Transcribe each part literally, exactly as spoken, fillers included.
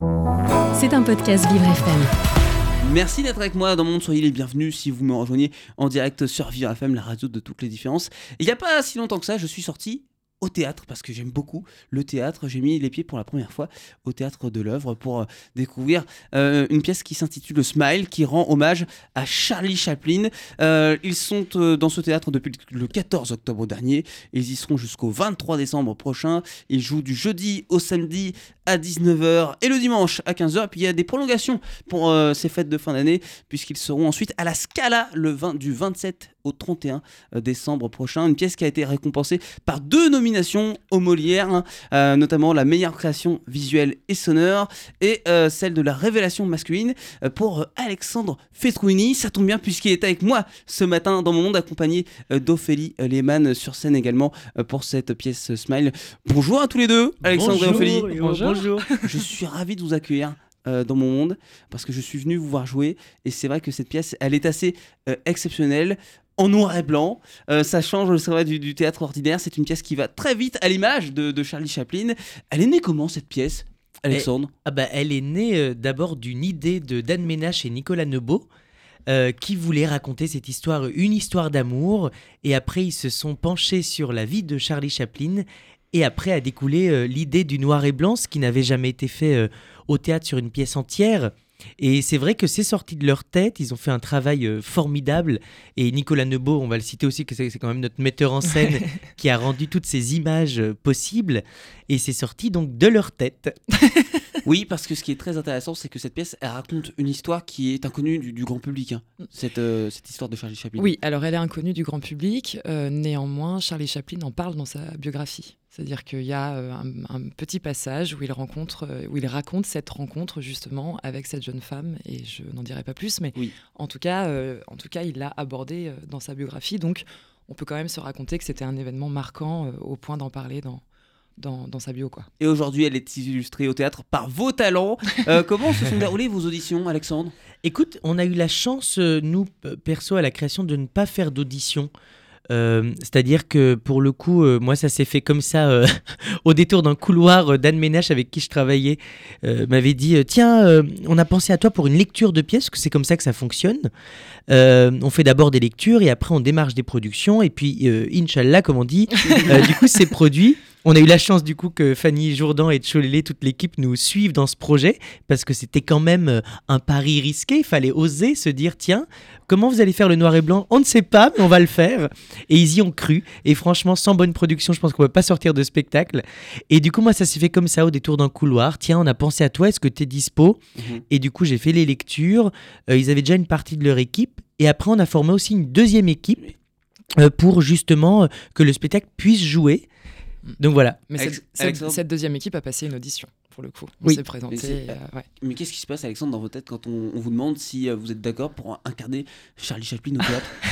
C'est un podcast Vivre F M. Merci d'être avec moi dans Mon Monde, soyez les bienvenus si vous me rejoignez en direct sur Vivre F M, la radio de toutes les différences. Il n'y a pas si longtemps que ça, je suis sorti au théâtre parce que j'aime beaucoup le théâtre. J'ai mis les pieds pour la première fois au théâtre de l'œuvre pour euh, découvrir euh, une pièce qui s'intitule Smile, qui rend hommage à Charlie Chaplin. Euh, ils sont euh, dans ce théâtre depuis le quatorze octobre dernier. Ils y seront jusqu'au vingt-trois décembre prochain. Ils jouent du jeudi au samedi à dix-neuf heures et le dimanche à quinze heures. Puis il y a des prolongations pour euh, ces fêtes de fin d'année puisqu'ils seront ensuite à la Scala le vingt, du vingt-sept au trente et un décembre prochain. Une pièce qui a été récompensée par deux nominations aux Molières, hein, euh, notamment la meilleure création visuelle et sonore et euh, celle de la révélation masculine euh, pour euh, Alexandre Fetrouini. Ça tombe bien puisqu'il est avec moi ce matin dans Mon Monde, accompagné euh, d'Ophélie Lehmann sur scène également euh, pour cette pièce Smile. Bonjour à tous les deux, Alexandre bonjour, et Ophélie. Bonjour. bonjour. Je suis ravi de vous accueillir Euh, dans Mon Monde parce que je suis venu vous voir jouer et c'est vrai que cette pièce elle est assez euh, exceptionnelle en noir et blanc, euh, ça change c'est vrai, du, du théâtre ordinaire. C'est une pièce qui va très vite à l'image de, de Charlie Chaplin. Elle est née comment cette pièce, Alexandre? Et, ah bah, Elle est née euh, d'abord d'une idée de Dan Ménach et Nicolas Nebaud euh, qui voulaient raconter cette histoire, une histoire d'amour, et après ils se sont penchés sur la vie de Charlie Chaplin. Et après a découlé euh, l'idée du noir et blanc, ce qui n'avait jamais été fait euh, au théâtre sur une pièce entière. Et c'est vrai que c'est sorti de leur tête, ils ont fait un travail euh, formidable. Et Nicolas Nebaud, on va le citer aussi, que c'est, c'est quand même notre metteur en scène qui a rendu toutes ces images euh, possibles. Et c'est sorti donc de leur tête. Oui, parce que ce qui est très intéressant, c'est que cette pièce, elle raconte une histoire qui est inconnue du, du grand public, hein, cette, euh, cette histoire de Charlie Chaplin. Oui, alors elle est inconnue du grand public. Euh, néanmoins, Charlie Chaplin en parle dans sa biographie. C'est-à-dire qu'il y a euh, un, un petit passage où il, rencontre, euh, où il raconte cette rencontre justement avec cette jeune femme, et je n'en dirai pas plus, mais oui. en, tout cas, euh, en tout cas, il l'a abordé euh, dans sa biographie. Donc, on peut quand même se raconter que c'était un événement marquant euh, au point d'en parler dans... Dans, dans sa bio, quoi. Et aujourd'hui, elle est illustrée au théâtre par vos talents. Euh, comment se sont déroulées vos auditions, Alexandre ? Écoute, on a eu la chance, euh, nous, perso, à la création, de ne pas faire d'audition. Euh, c'est-à-dire que pour le coup, euh, moi ça s'est fait comme ça euh, au détour d'un couloir. euh, Dan Ménach avec qui je travaillais euh, m'avait dit euh, tiens euh, on a pensé à toi pour une lecture de pièces, que c'est comme ça que ça fonctionne. Euh, on fait d'abord des lectures et après on démarche des productions et puis euh, Inch'Allah comme on dit euh, du coup c'est produit. On a eu la chance du coup que Fanny Jourdan et Tcholélé, toute l'équipe, nous suivent dans ce projet parce que c'était quand même un pari risqué. Il fallait oser se dire tiens, comment vous allez faire le noir et blanc ? On ne sait pas, mais on va le faire. Et ils y ont cru. Et franchement, sans bonne production, je pense qu'on ne va pas sortir de spectacle. Et du coup, moi, ça s'est fait comme ça au détour d'un couloir. Tiens, on a pensé à toi, est-ce que tu es dispo ? mmh. Et du coup, j'ai fait les lectures. Euh, ils avaient déjà une partie de leur équipe. Et après, on a formé aussi une deuxième équipe euh, pour justement euh, que le spectacle puisse jouer. Donc voilà. Mais Alex- cette, cette, cette deuxième équipe a passé une audition, pour le coup. On oui. s'est présenté. Mais, euh, ouais. mais qu'est-ce qui se passe, Alexandre, dans votre tête quand on, on vous demande si euh, vous êtes d'accord pour incarner Charlie Chaplin au théâtre ?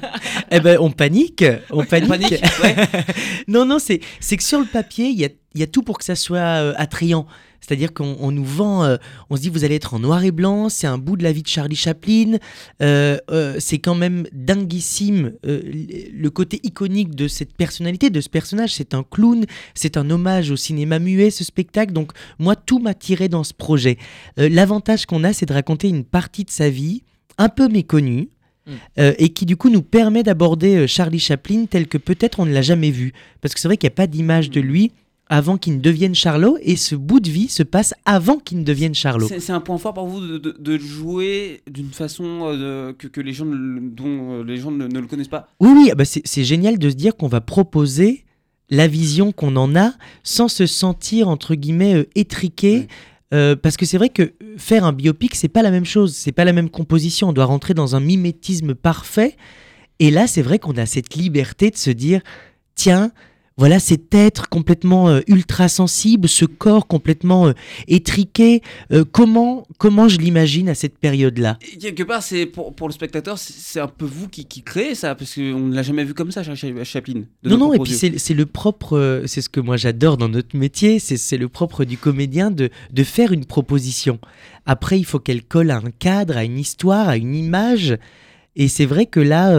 Eh ben, on panique. On panique. panique ouais. non, non, c'est, c'est que sur le papier, il y a, y a tout pour que ça soit euh, attrayant. C'est-à-dire qu'on on nous vend, euh, on se dit vous allez être en noir et blanc, c'est un bout de la vie de Charlie Chaplin, euh, euh, c'est quand même dinguissime euh, le côté iconique de cette personnalité, de ce personnage, c'est un clown, c'est un hommage au cinéma muet ce spectacle, donc moi tout m'a tiré dans ce projet. Euh, l'avantage qu'on a c'est de raconter une partie de sa vie un peu méconnue, Mmh. Euh, et qui du coup nous permet d'aborder euh, Charlie Chaplin tel que peut-être on ne l'a jamais vu, parce que c'est vrai qu'il n'y a pas d'image de lui avant qu'il ne devienne Charlot, et ce bout de vie se passe avant qu'il ne devienne Charlot. C'est, c'est un point fort pour vous de, de, de jouer d'une façon euh, de, que, que les gens ne, dont les gens ne, ne le connaissent pas. Oui, oui, bah c'est, c'est génial de se dire qu'on va proposer la vision qu'on en a sans se sentir entre guillemets euh, étriqué. Ouais. Euh, parce que c'est vrai que faire un biopic, c'est pas la même chose, c'est pas la même composition. On doit rentrer dans un mimétisme parfait. Et là, c'est vrai qu'on a cette liberté de se dire, tiens, voilà cet être complètement euh, ultra sensible, ce corps complètement euh, étriqué. Euh, comment, comment je l'imagine à cette période-là ? Et quelque part, c'est pour, pour le spectateur, c'est, c'est un peu vous qui, qui créez ça, parce qu'on ne l'a jamais vu comme ça, Chaplin. Non, non, et puis c'est, c'est le propre, euh, c'est ce que moi j'adore dans notre métier, c'est, c'est le propre du comédien de, de faire une proposition. Après, il faut qu'elle colle à un cadre, à une histoire, à une image. Et c'est vrai que là, euh,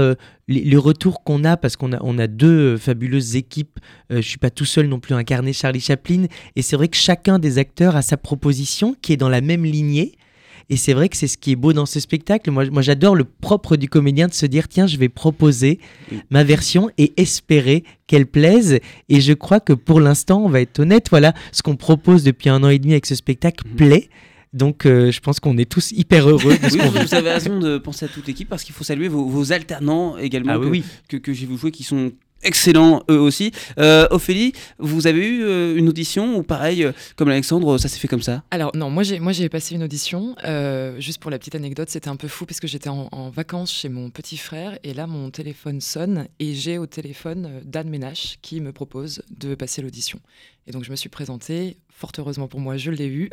les, les retours qu'on a, parce qu'on a, on a deux fabuleuses équipes, euh, je suis pas tout seul non plus à incarner Charlie Chaplin, et c'est vrai que chacun des acteurs a sa proposition qui est dans la même lignée. Et c'est vrai que c'est ce qui est beau dans ce spectacle. Moi, moi j'adore le propre du comédien de se dire tiens, je vais proposer ma version et espérer qu'elle plaise. Et je crois que pour l'instant, on va être honnête, voilà, ce qu'on propose depuis un an et demi avec ce spectacle mmh. plaît. Donc euh, je pense qu'on est tous hyper heureux de ce oui, qu'on vous, veut. Vous avez raison de penser à toute l'équipe parce qu'il faut saluer vos, vos alternants également ah, que, oui, oui. que, que j'ai vu jouer qui sont excellents eux aussi. Euh, Ophélie, vous avez eu euh, une audition ou pareil, euh, comme Alexandre, ça s'est fait comme ça? Alors non, moi j'ai, moi j'ai passé une audition, euh, juste pour la petite anecdote, c'était un peu fou parce que j'étais en, en vacances chez mon petit frère et là mon téléphone sonne et j'ai au téléphone euh, Dan Ménache qui me propose de passer l'audition. Et donc je me suis présentée, fort heureusement pour moi je l'ai eu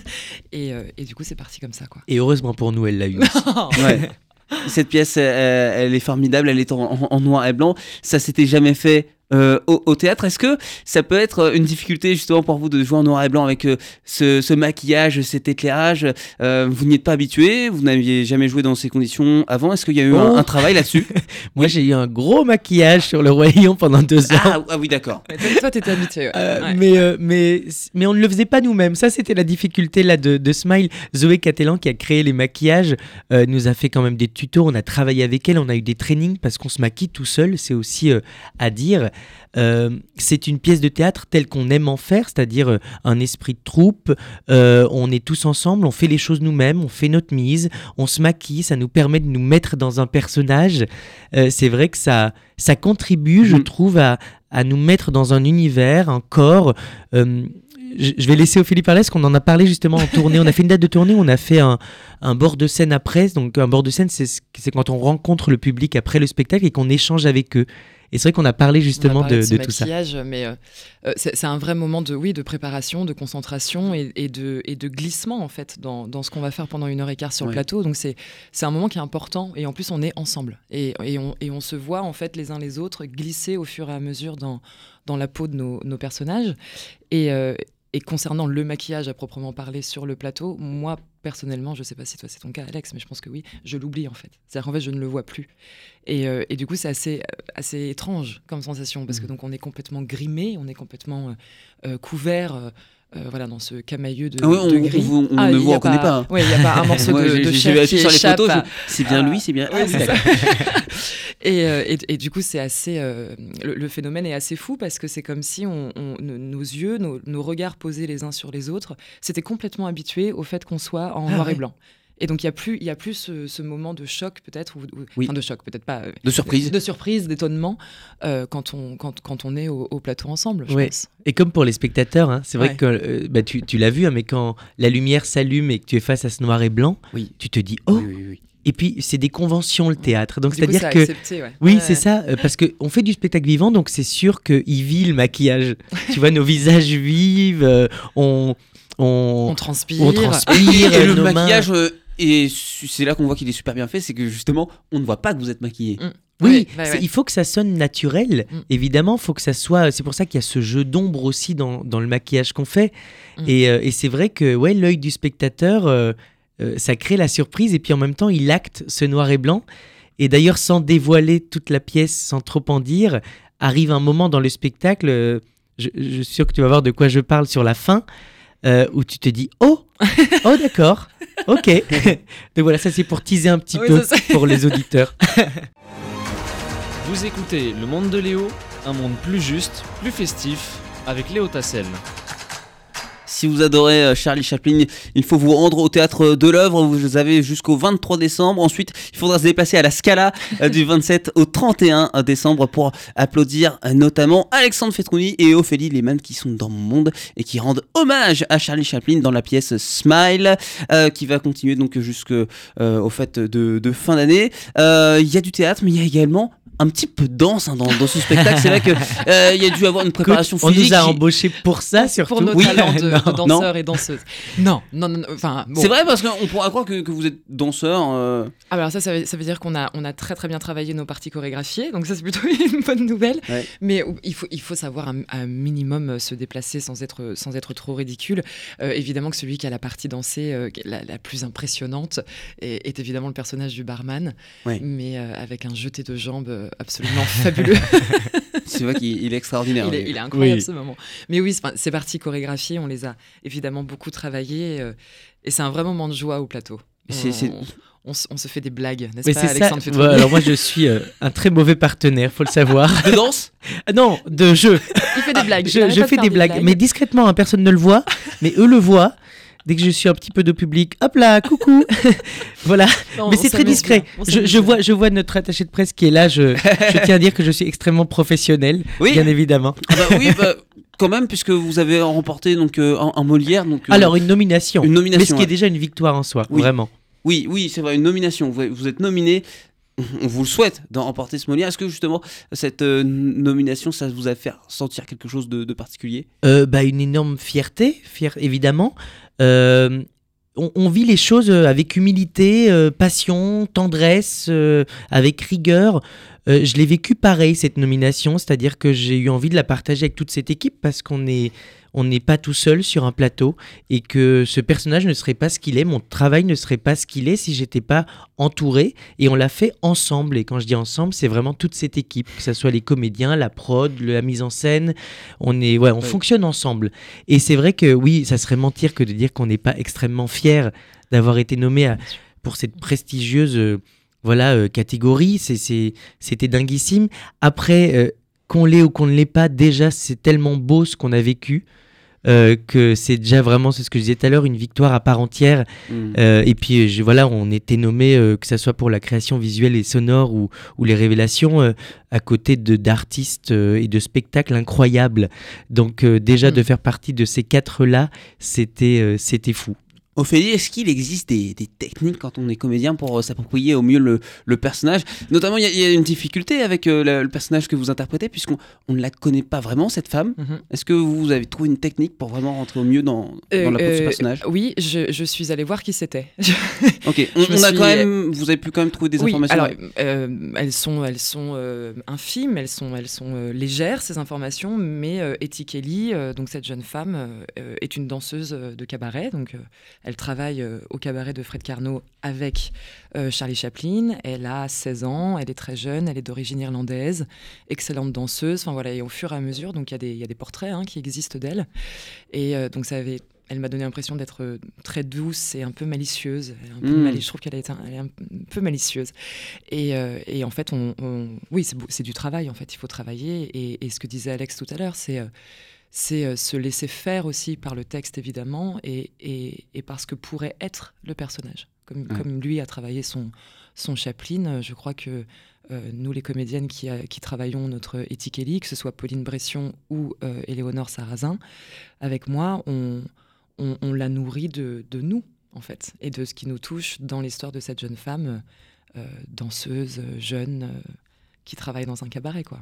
et, euh, et du coup c'est parti comme ça quoi. Et heureusement pour nous elle l'a eu aussi. Ouais. Cette pièce, elle, elle est formidable, elle est en, en, en noir et blanc. Ça s'était jamais fait euh, au, au théâtre. Est-ce que ça peut être une difficulté justement pour vous de jouer en noir et blanc avec euh, ce, ce maquillage, cet éclairage euh, Vous n'y êtes pas habitué, vous n'aviez jamais joué dans ces conditions avant. Est-ce qu'il y a eu oh. un, un travail là-dessus? Moi, j'ai eu un gros maquillage sur le Roi Lion pendant deux ans. Ah, ah oui, d'accord. Mais toi, toi, t'étais habitué. Ouais. Euh, ouais. mais, euh, mais, mais on ne le faisait pas nous-mêmes. Ça, c'était la difficulté là, de, de Smile. Zoé Catellan, qui a créé les maquillages, euh, nous a fait quand même des tutos. On a travaillé avec elle, on a eu des trainings parce qu'on se maquille tout seul. C'est aussi euh, à dire. Euh, c'est une pièce de théâtre telle qu'on aime en faire, c'est-à-dire euh, un esprit de troupe. Euh, on est tous ensemble, on fait les choses nous-mêmes, on fait notre mise, on se maquille, ça nous permet de nous mettre dans un personnage. Euh, c'est vrai que ça, ça contribue, mmh. je trouve, à, à nous mettre dans un univers, un corps. Euh, je vais laisser Ophélie parler parce qu'on en a parlé justement en tournée. On a fait une date de tournée, on a fait un, un bord de scène après. Donc un bord de scène, c'est, c'est quand on rencontre le public après le spectacle et qu'on échange avec eux. Et c'est vrai qu'on a parlé justement a parlé de, de, de tout ça. Mais euh, c'est, c'est un vrai moment de, oui, de préparation, de concentration et, et, de, et de glissement en fait dans, dans ce qu'on va faire pendant une heure et quart sur ouais. le plateau. Donc c'est, c'est un moment qui est important et en plus on est ensemble et, et, on, et on se voit en fait les uns les autres glisser au fur et à mesure dans, dans la peau de nos, nos personnages. Et, euh, et concernant le maquillage à proprement parler sur le plateau, moi personnellement, je ne sais pas si toi c'est ton cas Alex, mais je pense que oui, je l'oublie en fait. C'est-à-dire qu'en fait je ne le vois plus. Et, euh, et du coup c'est assez, assez étrange comme sensation parce que donc on est complètement grimé, on est complètement euh, euh, couvert. Euh, Euh, voilà, dans ce camailleux de, ah ouais, on, de gris. On, on ah, ne vous reconnaît pas. Hein. Oui, il n'y a pas un morceau ouais, de, j'ai, de j'ai chair qui sur les échappe. photos, À... C'est bien lui, c'est bien... Oui, ah, c'est ça. et, euh, et, et du coup, c'est assez... Euh, le, le phénomène est assez fou parce que c'est comme si on, on, nos yeux, nos, nos regards posés les uns sur les autres, s'étaient complètement habitués au fait qu'on soit en ah, noir ouais. et blanc. Et donc, il n'y a plus, y a plus ce, ce moment de choc, peut-être, ou, ou, oui. enfin de choc, peut-être pas. Euh, de surprise. De, de surprise, d'étonnement, euh, quand, on, quand, quand on est au, au plateau ensemble, je ouais. pense. Et comme pour les spectateurs, hein, c'est vrai ouais. que euh, bah, tu, tu l'as vu, hein, mais quand la lumière s'allume et que tu es face à ce noir et blanc, oui. tu te dis « Oh !» oui, oui, oui. Et puis, c'est des conventions, le théâtre. Donc, du c'est-à-dire coup, c'est que... accepté, ouais. Oui, ouais, c'est ouais. ça. Euh, parce qu'on fait du spectacle vivant, donc c'est sûr qu'il vit le maquillage. Tu vois, nos visages vivent, euh, on, on... On transpire. On transpire. Et le nos maquillage... mains... Euh... Et c'est là qu'on voit qu'il est super bien fait, c'est que justement, on ne voit pas que vous êtes maquillé. Mmh. Oui, oui bah ouais. il faut que ça sonne naturel. Mmh. Évidemment, faut que ça soit. C'est pour ça qu'il y a ce jeu d'ombre aussi dans, dans le maquillage qu'on fait. Mmh. Et, euh, et c'est vrai que ouais, l'œil du spectateur, euh, euh, ça crée la surprise. Et puis en même temps, il acte ce noir et blanc. Et d'ailleurs, sans dévoiler toute la pièce, sans trop en dire, arrive un moment dans le spectacle. Euh, je, je suis sûr que tu vas voir de quoi je parle sur la fin. Euh, où tu te dis oh oh d'accord ok donc voilà, ça c'est pour teaser un petit oui, peu pour les auditeurs. Vous écoutez Le Monde de Léo, un monde plus juste, plus festif, avec Léo Tassel. Si vous adorez Charlie Chaplin, il faut vous rendre au Théâtre de l'Œuvre. Vous avez jusqu'au vingt-trois décembre. Ensuite, il faudra se déplacer à la Scala du vingt-sept au trente et un décembre pour applaudir notamment Alexandre Fetrouni et Ophélie Lehmann qui sont dans mon monde et qui rendent hommage à Charlie Chaplin dans la pièce Smile euh, qui va continuer donc jusqu'au euh, fait de, de fin d'année. Il euh, y a du théâtre, mais il y a également un petit peu de danse hein, dans, dans ce spectacle. C'est vrai qu'il euh, y a dû avoir une préparation Écoute, physique. On nous a embauchés pour ça, surtout. Pour nos oui. talents de, de danseurs non. et danseuses. Non, non, non. Enfin, bon. C'est vrai parce qu'on pourra croire que, que vous êtes danseur. Euh... Ah, alors ça, ça veut, ça veut dire qu'on a, on a très très bien travaillé nos parties chorégraphiées. Donc ça, c'est plutôt une bonne nouvelle. Ouais. Mais il faut, il faut savoir un, un minimum se déplacer sans être, sans être trop ridicule. Euh, évidemment que celui qui a la partie dansée euh, la, la plus impressionnante est, est évidemment le personnage du barman. Ouais. Mais euh, avec un jeté de jambes euh, absolument fabuleux. C'est vrai qu'il il est extraordinaire. il, est, oui. il est incroyable Oui. ce moment. Mais oui, c'est, c'est parti chorégraphie, on les a évidemment beaucoup travaillés euh, et c'est un vrai moment de joie au plateau. C'est- On, c'est- on s- on se fait des blagues, n'est-ce Mais pas, c'est ça. Alexandre Ouais, Fétruny? alors moi, je suis euh, un très mauvais partenaire, faut le savoir. De danse Ah non, de jeu. Il fait des blagues. il Je, arrête je pas de fais faire des blagues, mais discrètement, hein, personne ne le voit, mais eux le voient. Dès que je suis un petit peu de public, hop là, coucou. Voilà. Non, Mais on c'est très s'amuse discret. bien, on Je, s'amuse je bien. vois, je vois notre attaché de presse qui est là. Je, je tiens à dire que je suis extrêmement professionnel, Oui. bien évidemment. Ah bah oui, bah, quand même, puisque vous avez remporté donc, euh, un, un Molière. Donc, euh, Alors, une nomination. une nomination. Mais ce qui ouais. est déjà une victoire en soi, Oui. vraiment. Oui, oui, c'est vrai, une nomination. Vous, vous êtes nominé. On vous le souhaite d'en remporter ce Molière. Est-ce que justement cette euh, nomination, ça vous a fait sentir quelque chose de, de particulier? Euh, bah, une énorme fierté, fier, évidemment. Euh, on, on vit les choses euh, avec humilité, euh, passion, tendresse, euh, avec rigueur. Euh, je l'ai vécu pareil, cette nomination, c'est-à-dire que j'ai eu envie de la partager avec toute cette équipe parce qu'on est, on n'est pas tout seul sur un plateau et que ce personnage ne serait pas ce qu'il est, mon travail ne serait pas ce qu'il est si j'étais pas entouré, et on l'a fait ensemble. Et quand je dis ensemble, c'est vraiment toute cette équipe, que ce soit les comédiens, la prod, la mise en scène, on, est, ouais, on Ouais. fonctionne ensemble. Et c'est vrai que oui, ça serait mentir que de dire qu'on n'est pas extrêmement fier d'avoir été nommé à- pour cette prestigieuse euh, voilà, euh, catégorie. C'est, c'est, c'était dinguissime. Après, euh, qu'on l'ait ou qu'on ne l'ait pas, déjà, c'est tellement beau ce qu'on a vécu. euh, que c'est déjà vraiment, c'est ce que je disais tout à l'heure, une victoire à part entière. Mm. Euh, et puis je, voilà, on était nommé, euh, que ce soit pour la création visuelle et sonore ou, ou les révélations, euh, à côté de, d'artistes euh, et de spectacles incroyables. Donc euh, déjà Mm. de faire partie de ces quatre-là, c'était, euh, c'était fou. Ophélie, est-ce qu'il existe des, des techniques quand on est comédien pour euh, s'approprier au mieux le, le personnage? Notamment, il y, a- il y a une difficulté avec euh, le, le personnage que vous interprétez, puisqu'on on ne la connaît pas vraiment, cette femme. Mhm. Est-ce que vous avez trouvé une technique pour vraiment rentrer au mieux dans, dans la peau de ce Euh, personnage? Oui, je, je suis allée voir qui c'était. Ok, on, je me on a suis- quand même, vous avez pu quand même trouver des oui, informations. alors euh, elles sont, elles sont euh, infimes, elles sont, elles sont euh, légères ces informations, mais euh, Etty Kelly, euh, donc cette jeune femme, euh, est une danseuse euh, de cabaret, donc euh, elle travaille euh, au cabaret de Fred Carnot avec euh, Charlie Chaplin. Elle a seize ans, elle est très jeune, elle est d'origine irlandaise, excellente danseuse. Enfin voilà, et au fur et à mesure, donc il y a des, il y a des portraits hein, qui existent d'elle, et euh, donc ça avait. Elle m'a donné l'impression d'être euh, très douce et un peu malicieuse. Elle est un peu Mm. mali- Je trouve qu'elle est un, elle est un peu malicieuse. Et, euh, et en fait, on, on- oui, c'est, beau- c'est du travail. En fait, il faut travailler. Et, et ce que disait Alex tout à l'heure, c'est, euh, c'est euh, se laisser faire aussi par le texte, évidemment, et, et, et par ce que pourrait être le personnage. Comme, Ouais. comme lui a travaillé son, son Chaplin, euh, je crois que euh, nous, les comédiennes qui, a- qui travaillons notre Etty Kelly, que ce soit Pauline Bression ou euh, Éléonore Sarrazin, avec moi, on on, on la nourrit de, de nous, en fait, et de ce qui nous touche dans l'histoire de cette jeune femme, euh, danseuse, euh, jeune, euh, qui travaille dans un cabaret, quoi.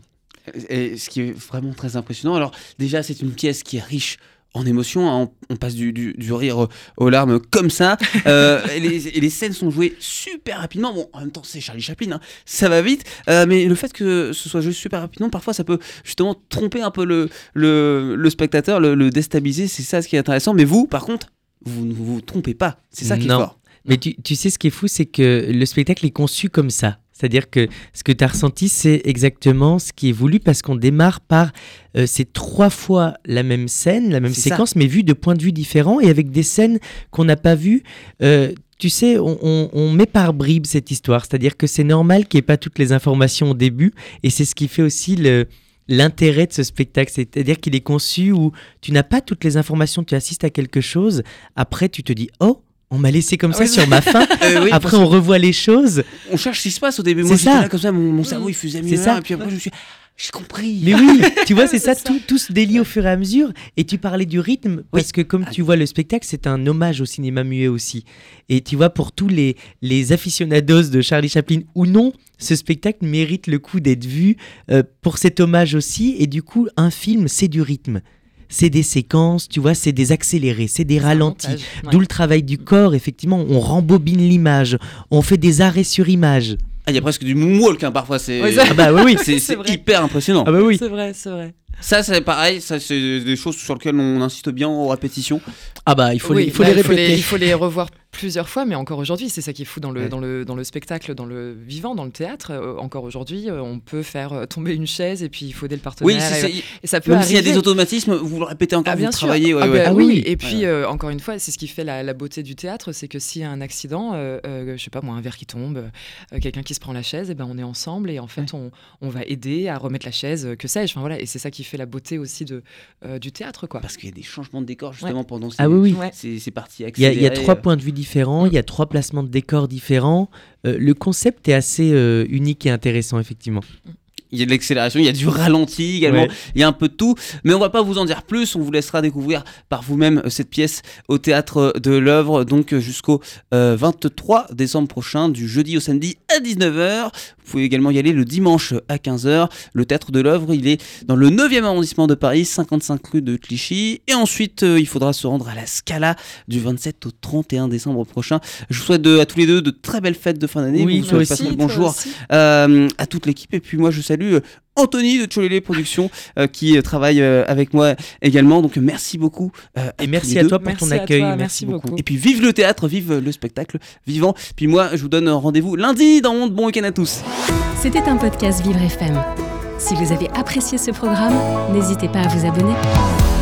Et ce qui est vraiment très impressionnant. Alors déjà, c'est une pièce qui est riche en émotions, hein. on, on passe du, du, du rire aux larmes comme ça, euh, et, les, et les scènes sont jouées super rapidement. Bon, en même temps, c'est Charlie Chaplin, hein, ça va vite, euh, mais le fait que ce soit joué super rapidement, parfois ça peut justement tromper un peu le, le, le spectateur, le, le déstabiliser, c'est ça ce qui est intéressant. Mais vous, par contre, vous ne vous, vous trompez pas, c'est ça qui est Non. fort. Mais tu, tu sais, ce qui est fou, c'est que le spectacle est conçu comme ça. C'est-à-dire que ce que tu as ressenti, c'est exactement ce qui est voulu, parce qu'on démarre par euh, c'est trois fois la même scène, la même C'est séquence, mais vue de points de vue différents et avec des scènes qu'on n'a pas vues. Euh, tu sais, on, on, on met par bribes cette histoire. C'est-à-dire que c'est normal qu'il n'y ait pas toutes les informations au début, et c'est ce qui fait aussi le... l'intérêt de ce spectacle, c'est-à-dire qu'il est conçu où tu n'as pas toutes les informations, tu assistes à quelque chose, après tu te dis « Oh, on m'a laissé comme ça Oui, sur ma fin ». Euh, oui, Après, parce on revoit les choses. on cherche ce qui se passe au début. C'est Moi, j'étais ça. là comme ça, mon, mon cerveau il faisait mieux, C'est ça. et puis après je me suis dit, j'ai compris. Mais oui, tu vois, c'est ça, C'est ça. Tout, tout se délie au fur et à mesure. Et tu parlais du rythme, parce que comme tu vois, le spectacle, c'est un hommage au cinéma muet aussi. Et tu vois, pour tous les, les aficionados de Charlie Chaplin ou non, ce spectacle mérite le coup d'être vu euh, pour cet hommage aussi. Et du coup, un film, c'est du rythme. C'est des séquences, tu vois, c'est des accélérés, c'est des C'est un ralentis. montage, ouais. D'où le travail du corps, effectivement, on rembobine l'image, on fait des arrêts sur image. Ah, il y a presque du moonwalk hein, parfois, c'est Ouais, ça- Ah bah oui, oui. c'est, C'est c'est vrai. hyper impressionnant. Ah bah oui. C'est vrai, c'est vrai. Ça, c'est pareil, ça, c'est des choses sur lesquelles on insiste bien aux répétitions. Ah bah il faut Oui, les, il faut bah, les il faut répéter. il faut les revoir Plusieurs fois, mais encore aujourd'hui, c'est ça qui est fou dans le, Ouais. dans le, dans le spectacle, dans le vivant, dans le théâtre. Euh, encore aujourd'hui, euh, on peut faire euh, tomber une chaise et puis il faut aider le partenaire. Oui, c'est, et, c'est- et ça peut même s'il y a arriver. des automatismes, vous le répétez encore, Ah, vous bien sûr. travaillez. Ouais, Ah, ouais. bah Ah oui. oui. Et puis, euh, encore une fois, c'est ce qui fait la, la beauté du théâtre, c'est que s'il y a un accident, euh, euh, je sais pas moi, un verre qui tombe, euh, quelqu'un qui se prend la chaise, et ben on est ensemble et en fait, on, on va aider à remettre la chaise, euh, que sais-je. Enfin, voilà. Et c'est ça qui fait la beauté aussi de, euh, du théâtre, quoi. Parce qu'il y a des changements de décor justement pendant ces, Ah oui, oui. Ouais. ces, ces parties Il y, a, il y a accélérées. trois points de vue différents, il y a trois placements de décors différents. Euh, le concept est assez euh, unique et intéressant, effectivement. Il y a de l'accélération, il y a du ralenti également, Ouais. il y a un peu de tout. Mais on va pas vous en dire plus, on vous laissera découvrir par vous-même euh, cette pièce au Théâtre de l'Œuvre, donc euh, jusqu'au euh, vingt-trois décembre prochain, du jeudi au samedi à dix-neuf heures. Vous pouvez également y aller le dimanche à quinze heures. Le Théâtre de l'Œuvre, il est dans le neuvième arrondissement de Paris, cinquante-cinq rue de Clichy. Et ensuite, euh, il faudra se rendre à la Scala du vingt-sept au trente et un décembre prochain. Je vous souhaite de- à tous les deux de très belles fêtes de fin d'année. Oui, vous toi souhaite aussi, passer le toi bonjour aussi. euh, à toute l'équipe. Et puis moi, je salue euh, Anthony de Tcholélé Productions euh, qui euh, travaille euh, avec moi également. Donc merci beaucoup. euh, à Et tous merci les à deux. toi pour Merci ton à accueil. toi, merci merci beaucoup. beaucoup. Et puis vive le théâtre, vive le spectacle vivant. Puis moi, je vous donne rendez-vous lundi dans Monde. Bon week-end à tous. C'était un podcast Vivre F M. Si vous avez apprécié ce programme, n'hésitez pas à vous abonner.